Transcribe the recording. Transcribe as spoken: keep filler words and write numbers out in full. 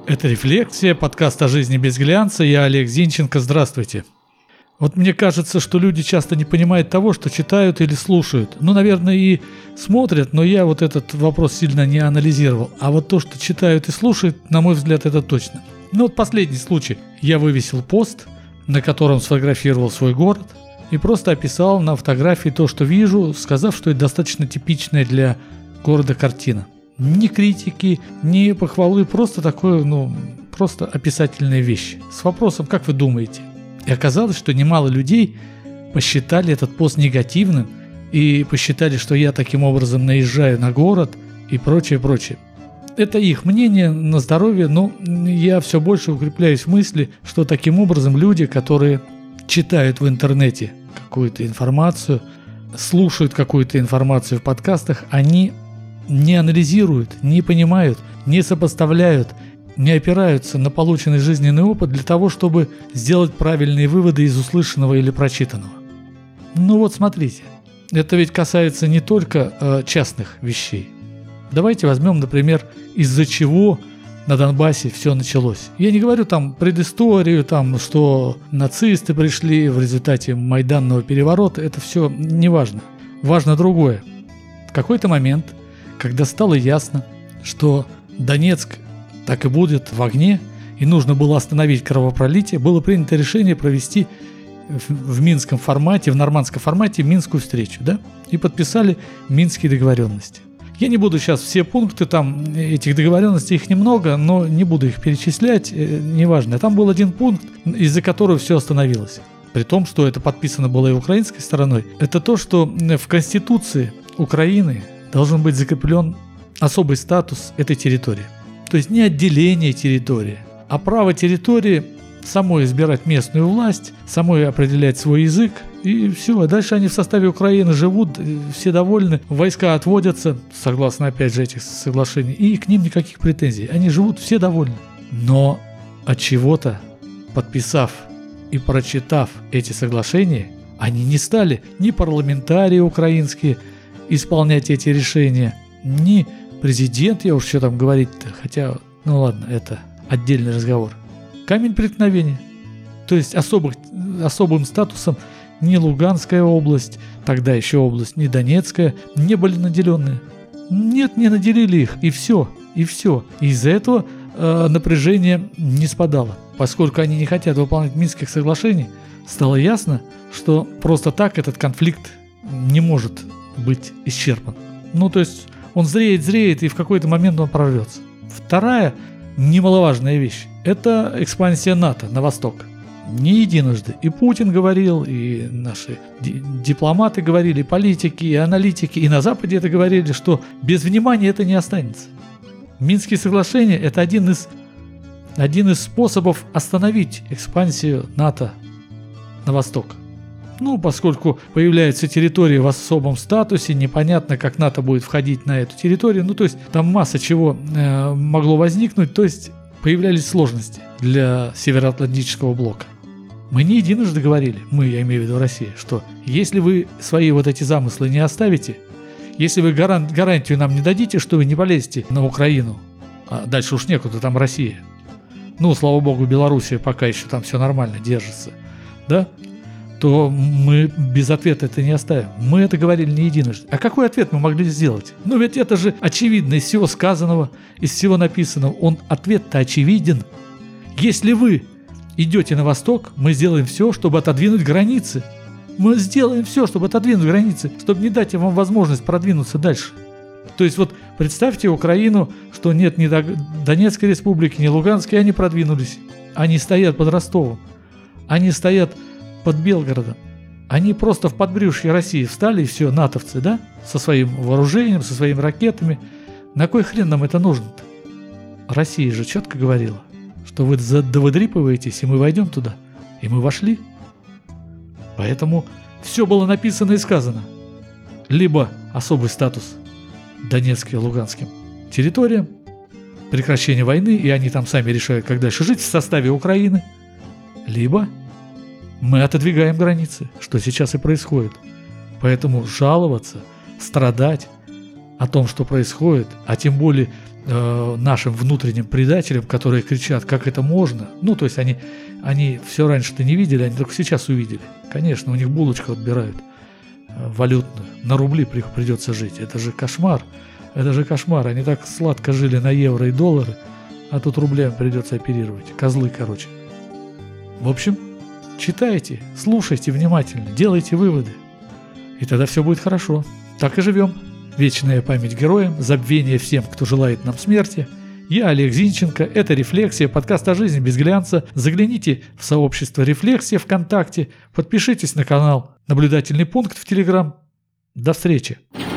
Это «Рефлексия», подкаст о жизни без глянца. Я Олег Зинченко. Здравствуйте. Вот мне кажется, что люди часто не понимают того, что читают или слушают. Ну, наверное, и смотрят, но я вот этот вопрос сильно не анализировал. А вот то, что читают и слушают, на мой взгляд, это точно. Ну, вот последний случай. Я вывесил пост, на котором сфотографировал свой город и просто описал на фотографии то, что вижу, сказав, что это достаточно типичная для города картина. Ни критики, ни похвалы, просто такое, ну, просто описательная вещь. С вопросом, как вы думаете? И оказалось, что немало людей посчитали этот пост негативным и посчитали, что я таким образом наезжаю на город и прочее, прочее. Это их мнение на здоровье, но я все больше укрепляюсь в мысли, что таким образом люди, которые читают в интернете какую-то информацию, слушают какую-то информацию в подкастах, они не анализируют, не понимают, не сопоставляют, не опираются на полученный жизненный опыт для того, чтобы сделать правильные выводы из услышанного или прочитанного. Ну вот смотрите, это ведь касается не только э, частных вещей. Давайте возьмем, например, из-за чего на Донбассе все началось. Я не говорю там предысторию, там, что нацисты пришли в результате майданного переворота, это все не важно. Важно другое. В какой-то момент, когда стало ясно, что Донецк так и будет в огне, и нужно было остановить кровопролитие, было принято решение провести в, в минском формате, в нормандском формате минскую встречу, да, и подписали минские договоренности. Я не буду сейчас все пункты, там этих договоренностей, их немного, но не буду их перечислять, э, неважно. Там был один пункт, из-за которого все остановилось. При том, что это подписано было и украинской стороной, это то, что в Конституции Украины должен быть закреплен особый статус этой территории. То есть не отделение территории, а право территории самой избирать местную власть, самой определять свой язык, и все. А дальше они в составе Украины живут, все довольны, войска отводятся, согласно опять же этих соглашений, и к ним никаких претензий. Они живут все довольны. Но от чего-то, подписав и прочитав эти соглашения, они не стали ни парламентарии украинские исполнять эти решения, ни президент, я уж что там говорить-то, хотя, ну ладно, это отдельный разговор. Камень преткновения. То есть особых, особым статусом ни Луганская область, тогда еще область, ни Донецкая не были наделенные. Нет, не наделили их, и все, и все. И из-за этого э, напряжение не спадало. Поскольку они не хотят выполнять Минских соглашений, стало ясно, что просто так этот конфликт не может быть исчерпан. Ну, то есть он зреет, зреет, и в какой-то момент он прорвется. Вторая немаловажная вещь – это экспансия НАТО на восток. Не единожды. И Путин говорил, и наши дипломаты говорили, и политики, и аналитики, и на Западе это говорили, что без внимания это не останется. Минские соглашения – это один из, один из способов остановить экспансию НАТО на восток. Ну, поскольку появляются территории в особом статусе, непонятно, как НАТО будет входить на эту территорию. Ну, то есть там масса чего э, могло возникнуть, то есть появлялись сложности для Североатлантического блока. Мы не единожды говорили, мы, я имею в виду Россия, что если вы свои вот эти замыслы не оставите, если вы гаран- гарантию нам не дадите, что вы не полезете на Украину, а дальше уж некуда, там Россия. Ну, слава богу, Белоруссия пока еще там все нормально держится, да? То мы без ответа это не оставим. Мы это говорили не единожды. А какой ответ мы могли сделать? Ну ведь это же очевидно из всего сказанного, из всего написанного. Он, ответ-то очевиден. Если вы идете на восток, мы сделаем все, чтобы отодвинуть границы. Мы сделаем все, чтобы отодвинуть границы, чтобы не дать вам возможность продвинуться дальше. То есть вот представьте Украину, что нет ни Донецкой республики, ни Луганской, они продвинулись. Они стоят под Ростовом. Они стоят под Белгородом. Они просто в подбрюшье России встали, и все, натовцы, да? Со своим вооружением, со своими ракетами. На кой хрен нам это нужно-то? Россия же четко говорила, что вы довыдрипываетесь, и мы войдем туда. И мы вошли. Поэтому все было написано и сказано. Либо особый статус Донецким и Луганским территориям, прекращение войны, и они там сами решают, как дальше жить в составе Украины, либо мы отодвигаем границы, что сейчас и происходит. Поэтому жаловаться, страдать о том, что происходит, а тем более э, нашим внутренним предателям, которые кричат, как это можно. Ну, то есть они, они все раньше-то не видели, они только сейчас увидели. Конечно, у них булочку отбирают э, валютную, на рубли при, придется жить. Это же кошмар, это же кошмар. Они так сладко жили на евро и доллары, а тут рублями придется оперировать. Козлы, короче. В общем, читайте, слушайте внимательно, делайте выводы. И тогда все будет хорошо. Так и живем. Вечная память героям, забвение всем, кто желает нам смерти. Я Олег Зинченко, это «Рефлексия», подкаст о жизни без глянца. Загляните в сообщество «Рефлексия» ВКонтакте, подпишитесь на канал «Наблюдательный пункт» в Телеграм. До встречи!